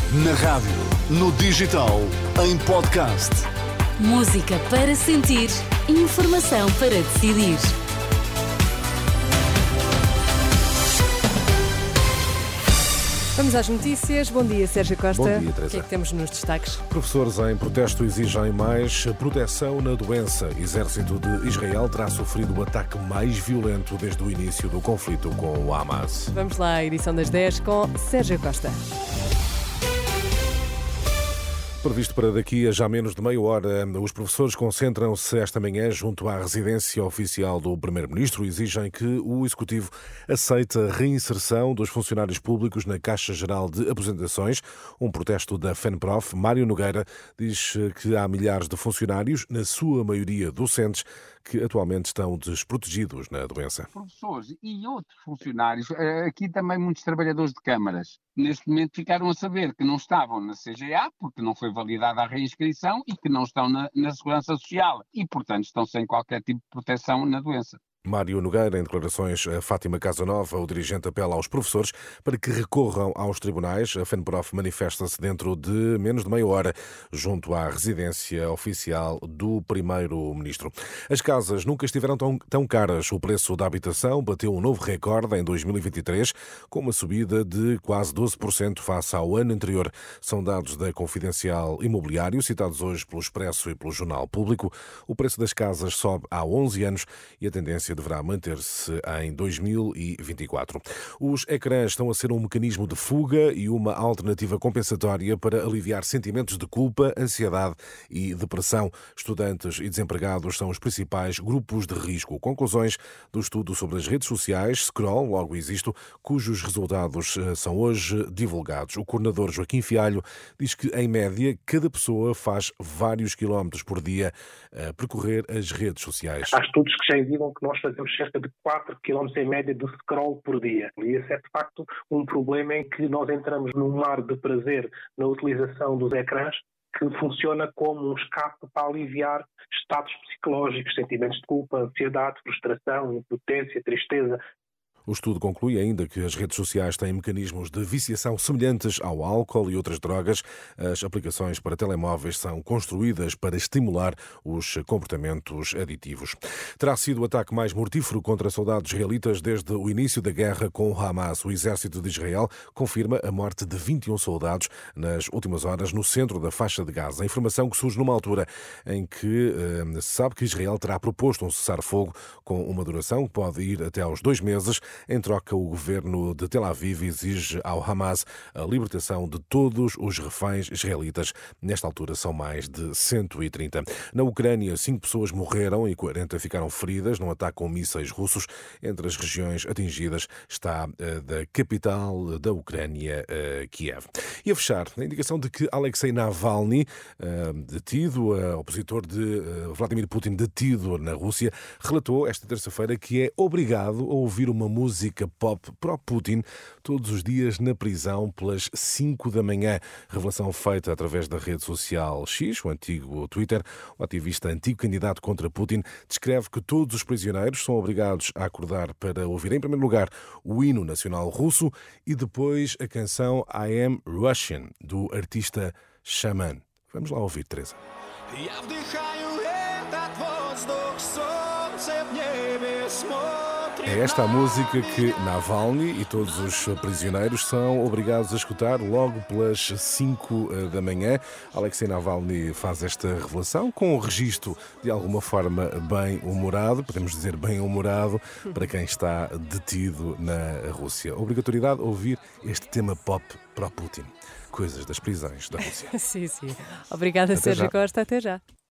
Na rádio, no digital, em podcast. Música para sentir, informação para decidir. Vamos às notícias. Bom dia, Sérgio Costa. Bom dia, Teresa. O que é que temos nos destaques? Professores em protesto exigem mais proteção na doença. Exército de Israel terá sofrido o ataque mais violento desde o início do conflito com o Hamas. Vamos lá à edição das 10 com Sérgio Costa. Previsto para daqui a já menos de meia hora, os professores concentram-se esta manhã junto à residência oficial do Primeiro-Ministro e exigem que o Executivo aceite a reinserção dos funcionários públicos na Caixa Geral de Aposentações. Um protesto da FENPROF. Mário Nogueira diz que há milhares de funcionários, na sua maioria docentes, que atualmente estão desprotegidos na doença. Professores e outros funcionários, aqui também muitos trabalhadores de câmaras, neste momento ficaram a saber que não estavam na CGA, porque não foi validada a reinscrição, e que não estão na Segurança Social e, portanto, estão sem qualquer tipo de proteção na doença. Mário Nogueira, em declarações a Fátima Casanova, o dirigente apela aos professores para que recorram aos tribunais. A FENPROF manifesta-se dentro de menos de meia hora junto à residência oficial do Primeiro-Ministro. As casas nunca estiveram tão caras. O preço da habitação bateu um novo recorde em 2023, com uma subida de quase 12% face ao ano anterior. São dados da Confidencial Imobiliário, citados hoje pelo Expresso e pelo Jornal Público. O preço das casas sobe há 11 anos e a tendência deverá manter-se em 2024. Os ecrãs estão a ser um mecanismo de fuga e uma alternativa compensatória para aliviar sentimentos de culpa, ansiedade e depressão. Estudantes e desempregados são os principais grupos de risco. Conclusões do estudo sobre as redes sociais, Scroll, logo existo, cujos resultados são hoje divulgados. O coordenador Joaquim Fialho diz que, em média, cada pessoa faz vários quilómetros por dia a percorrer as redes sociais. Há estudos que já indicam que nós fazemos cerca de 4 km em média de scroll por dia. E esse é, de facto, um problema em que nós entramos num mar de prazer na utilização dos ecrãs, que funciona como um escape para aliviar estados psicológicos, sentimentos de culpa, ansiedade, frustração, impotência, tristeza. O estudo conclui ainda que as redes sociais têm mecanismos de viciação semelhantes ao álcool e outras drogas. As aplicações para telemóveis são construídas para estimular os comportamentos aditivos. Terá sido o ataque mais mortífero contra soldados israelitas desde o início da guerra com o Hamas. O exército de Israel confirma a morte de 21 soldados nas últimas horas no centro da faixa de Gaza. A informação que surge numa altura em que se sabe que Israel terá proposto um cessar-fogo com uma duração que pode ir até aos 2 meses. Em troca, o governo de Tel Aviv exige ao Hamas a libertação de todos os reféns israelitas. Nesta altura são mais de 130. Na Ucrânia, 5 pessoas morreram e 40 ficaram feridas num ataque com mísseis russos. Entre as regiões atingidas está a da capital da Ucrânia, Kiev. E a fechar, a indicação de que Alexei Navalny, detido, opositor de Vladimir Putin, detido na Rússia, relatou esta terça-feira que é obrigado a ouvir uma música pop pró-Putin todos os dias na prisão pelas 5 da manhã. Revelação feita através da rede social X, o antigo Twitter. O ativista antigo candidato contra Putin descreve que todos os prisioneiros são obrigados a acordar para ouvir, em primeiro lugar, o hino nacional russo e depois a canção I Am Russian, do artista Shaman. Vamos lá ouvir, Teresa. É esta a música que Navalny e todos os prisioneiros são obrigados a escutar logo pelas 5 da manhã. Alexei Navalny faz esta revelação com um registro de alguma forma bem-humorado, podemos dizer bem-humorado, para quem está detido na Rússia. Obrigatoriedade ouvir este tema pop pró-Putin. Coisas das prisões da Rússia. Sim. Obrigada, Até Sérgio já. Costa. Até já.